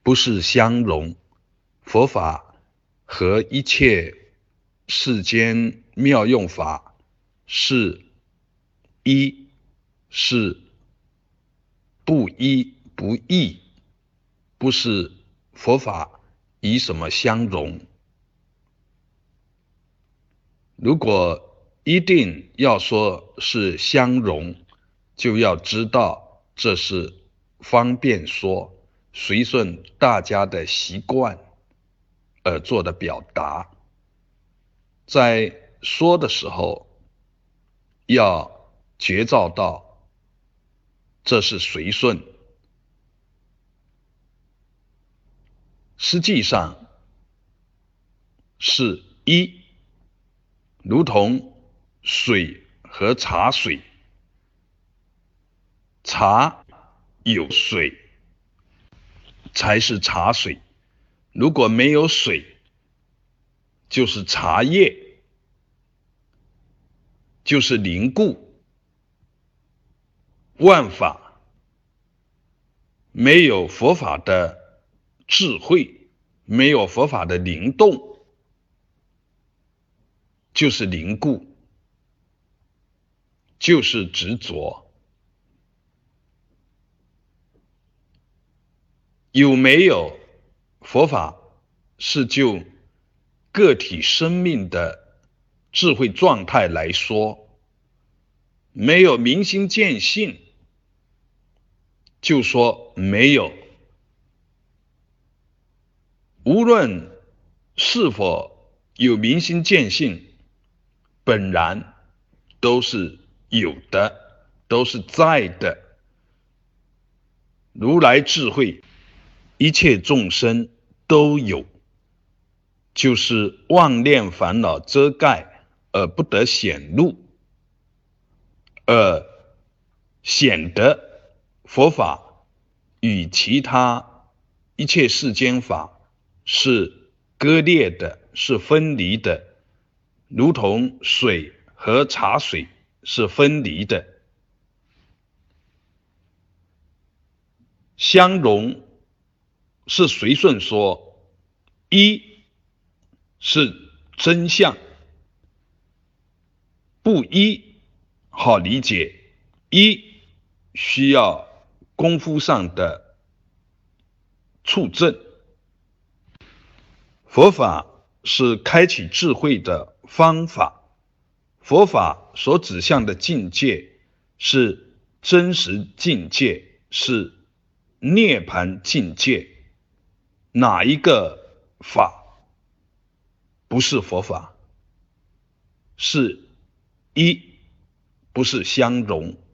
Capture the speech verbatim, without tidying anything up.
不是相容。佛法和一切世间妙用法是一，是不一不异，不是佛法以什么相容。如果一定要说是相容，就要知道这是方便说，随顺大家的习惯而做的表达。在说的时候要觉照到这是随顺，实际上是一，如同水和茶水，茶有水才是茶水，如果没有水就是茶叶，就是凝固。万法没有佛法的智慧，没有佛法的灵动，就是凝固，就是执着。有没有佛法是就个体生命的智慧状态来说，没有明心见性，就说没有。无论是否有明心见性，本然都是有的，都是在的。如来智慧，一切众生都有，就是妄念烦恼遮盖而不得显露，而显得佛法与其他一切世间法是割裂的，是分离的，如同水和茶水是分离的。相容是随顺说，一是真相，不一好理解，一需要功夫上的促证。佛法是开启智慧的方法，佛法所指向的境界是真实境界，是涅槃境界。哪一个法不是佛法？是一，不是相容。